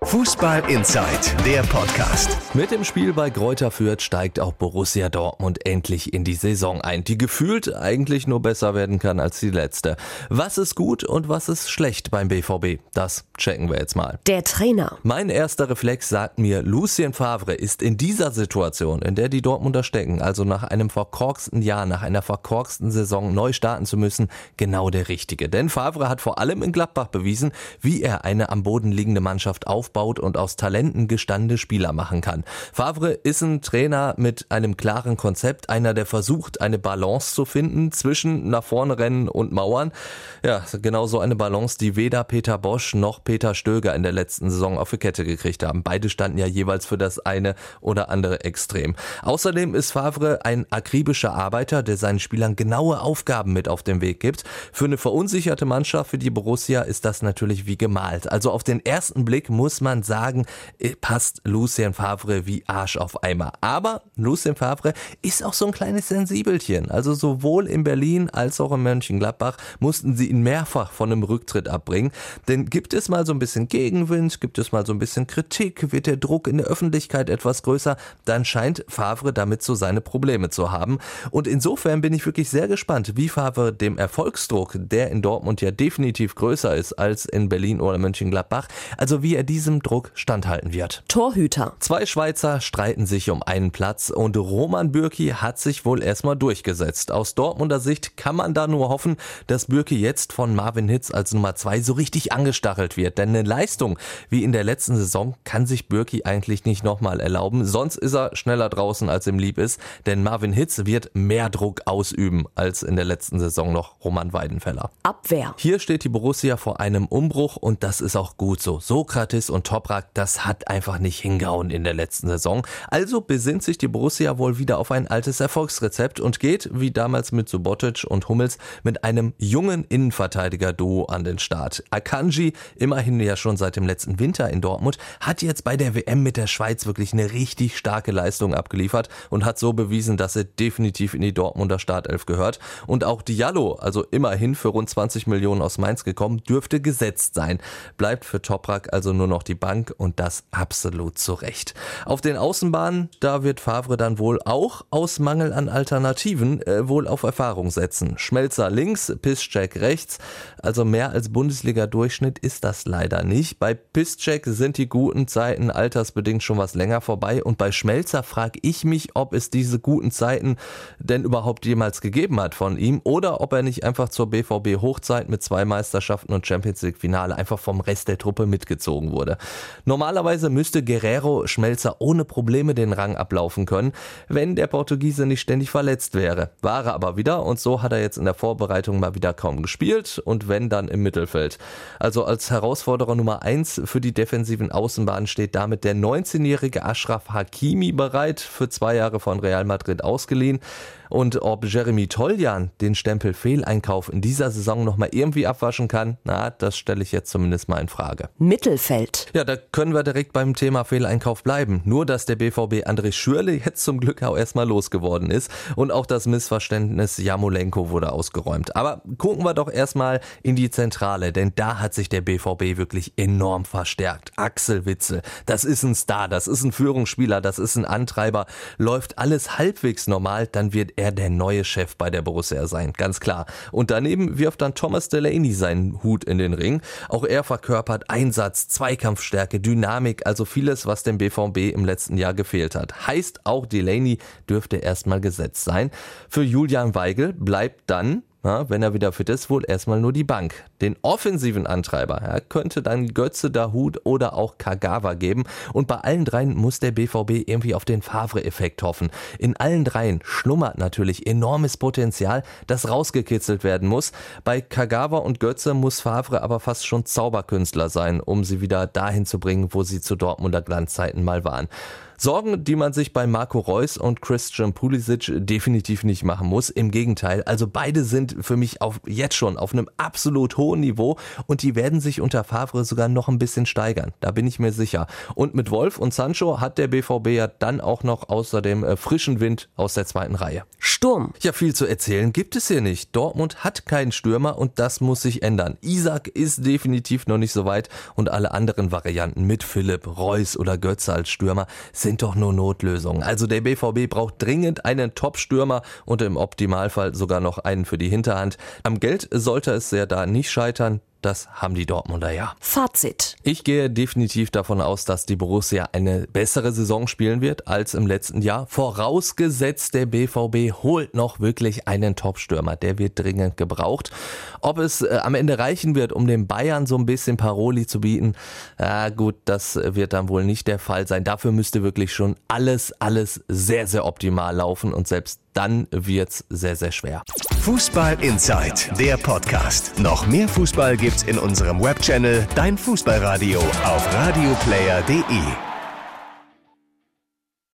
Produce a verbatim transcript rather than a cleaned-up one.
Fußball Inside, der Podcast. Mit dem Spiel bei Greuther Fürth steigt auch Borussia Dortmund endlich in die Saison ein, die gefühlt eigentlich nur besser werden kann als die letzte. Was ist gut und was ist schlecht beim B V B? Das checken wir jetzt mal. Der Trainer. Mein erster Reflex sagt mir, Lucien Favre ist in dieser Situation, in der die Dortmunder stecken, also nach einem verkorksten Jahr, nach einer verkorksten Saison neu starten zu müssen, genau der Richtige. Denn Favre hat vor allem in Gladbach bewiesen, wie er eine am Boden liegende Mannschaft aufbaut und aus Talenten gestandene Spieler machen kann. Favre ist ein Trainer mit einem klaren Konzept, einer, der versucht, eine Balance zu finden zwischen nach vorne rennen und Mauern. Ja, genau so eine Balance, die weder Peter Bosch noch Peter Stöger in der letzten Saison auf die Kette gekriegt haben. Beide standen ja jeweils für das eine oder andere Extrem. Außerdem ist Favre ein akribischer Arbeiter, der seinen Spielern genaue Aufgaben mit auf den Weg gibt. Für eine verunsicherte Mannschaft wie die Borussia ist das natürlich wie gemalt. Also auf den ersten Blick muss man sagen, passt Lucien Favre wie Arsch auf Eimer. Aber Lucien Favre ist auch so ein kleines Sensibelchen. Also sowohl in Berlin als auch in Mönchengladbach mussten sie ihn mehrfach von einem Rücktritt abbringen. Denn gibt es mal so ein bisschen Gegenwind, gibt es mal so ein bisschen Kritik, wird der Druck in der Öffentlichkeit etwas größer, dann scheint Favre damit so seine Probleme zu haben. Und insofern bin ich wirklich sehr gespannt, wie Favre dem Erfolgsdruck, der in Dortmund ja definitiv größer ist als in Berlin oder Mönchengladbach, also wie er diesem Druck standhalten wird. Torhüter. Zwei Schweizer streiten sich um einen Platz und Roman Bürki hat sich wohl erstmal durchgesetzt. Aus Dortmunder Sicht kann man da nur hoffen, dass Bürki jetzt von Marvin Hitz als Nummer zwei so richtig angestachelt wird. Denn eine Leistung wie in der letzten Saison kann sich Bürki eigentlich nicht nochmal erlauben. Sonst ist er schneller draußen, als ihm lieb ist. Denn Marvin Hitz wird mehr Druck ausüben als in der letzten Saison noch Roman Weidenfeller. Abwehr. Hier steht die Borussia vor einem Umbruch und das ist auch gut so. Sokratis und Toprak, das hat einfach nicht hingehauen in der letzten Saison. Also besinnt sich die Borussia wohl wieder auf ein altes Erfolgsrezept und geht, wie damals mit Subotic und Hummels, mit einem jungen Innenverteidiger-Duo an den Start. Akanji, immerhin ja schon seit dem letzten Winter in Dortmund, hat jetzt bei der W M mit der Schweiz wirklich eine richtig starke Leistung abgeliefert und hat so bewiesen, dass er definitiv in die Dortmunder Startelf gehört. Und auch Diallo, also immerhin für rund zwanzig Millionen aus Mainz gekommen, dürfte gesetzt sein. Bleibt für Toprak also nur noch die Bank und das absolut zu Recht. Auf den Außenbahnen, da wird Favre dann wohl auch aus Mangel an Alternativen äh, wohl auf Erfahrung setzen. Schmelzer links, Piszczek rechts, also mehr als Bundesliga-Durchschnitt ist das leider nicht. Bei Piszczek sind die guten Zeiten altersbedingt schon was länger vorbei und bei Schmelzer frage ich mich, ob es diese guten Zeiten denn überhaupt jemals gegeben hat von ihm oder ob er nicht einfach zur B V B-Hochzeit mit zwei Meisterschaften und Champions-League-Finale einfach vom Rest der Truppe mitgezogen wurde. Normalerweise müsste Guerreiro Schmelzer ohne Probleme den Rang ablaufen können, wenn der Portugiese nicht ständig verletzt wäre. War er aber wieder und so hat er jetzt in der Vorbereitung mal wieder kaum gespielt und wenn dann im Mittelfeld. Also als Herausforderer Nummer eins für die defensiven Außenbahnen steht damit der neunzehnjährige Achraf Hakimi bereit, für zwei Jahre von Real Madrid ausgeliehen. Und ob Jeremy Toljan den Stempel Fehleinkauf in dieser Saison nochmal irgendwie abwaschen kann, na, das stelle ich jetzt zumindest mal in Frage. Mittelfeld. Ja, da können wir direkt beim Thema Fehleinkauf bleiben. Nur, dass der B V B André Schürrle jetzt zum Glück auch erstmal losgeworden ist und auch das Missverständnis Jarmolenko wurde ausgeräumt. Aber gucken wir doch erstmal in die Zentrale, denn da hat sich der B V B wirklich enorm verstärkt. Axel Witsel, das ist ein Star, das ist ein Führungsspieler, das ist ein Antreiber. Läuft alles halbwegs normal, dann wird er der neue Chef bei der Borussia sein, ganz klar. Und daneben wirft dann Thomas Delaney seinen Hut in den Ring. Auch er verkörpert Einsatz, Zweikampfstärke, Dynamik, also vieles, was dem B V B im letzten Jahr gefehlt hat. Heißt, auch Delaney dürfte erstmal gesetzt sein. Für Julian Weigl bleibt dann, ja, wenn er wieder fit ist, wohl erstmal nur die Bank. Den offensiven Antreiber ja, könnte dann Götze, Dahoud oder auch Kagawa geben. Und bei allen dreien muss der B V B irgendwie auf den Favre-Effekt hoffen. In allen dreien schlummert natürlich enormes Potenzial, das rausgekitzelt werden muss. Bei Kagawa und Götze muss Favre aber fast schon Zauberkünstler sein, um sie wieder dahin zu bringen, wo sie zu Dortmunder Glanzzeiten mal waren. Sorgen, die man sich bei Marco Reus und Christian Pulisic definitiv nicht machen muss. Im Gegenteil, also beide sind für mich auf, jetzt schon auf einem absolut hohen Niveau und die werden sich unter Favre sogar noch ein bisschen steigern. Da bin ich mir sicher. Und mit Wolf und Sancho hat der B V B ja dann auch noch außerdem äh, frischen Wind aus der zweiten Reihe. Sturm. Ja, viel zu erzählen gibt es hier nicht. Dortmund hat keinen Stürmer und das muss sich ändern. Isak ist definitiv noch nicht so weit und alle anderen Varianten mit Philipp, Reus oder Götze als Stürmer sind doch nur Notlösungen. Also der B V B braucht dringend einen Top-Stürmer und im Optimalfall sogar noch einen für die Hinterhand. Am Geld sollte es ja da nicht scheitern. Das haben die Dortmunder ja. Fazit. Ich gehe definitiv davon aus, dass die Borussia eine bessere Saison spielen wird als im letzten Jahr. Vorausgesetzt, der B V B holt noch wirklich einen Top-Stürmer. Der wird dringend gebraucht. Ob es äh, am Ende reichen wird, um den Bayern so ein bisschen Paroli zu bieten, äh, gut, das wird dann wohl nicht der Fall sein. Dafür müsste wirklich schon alles, alles sehr, sehr optimal laufen und selbst dann wird's sehr, sehr schwer. Fußball Inside, der Podcast. Noch mehr Fußball gibt's in unserem Webchannel Dein Fußballradio auf radioplayer punkt de.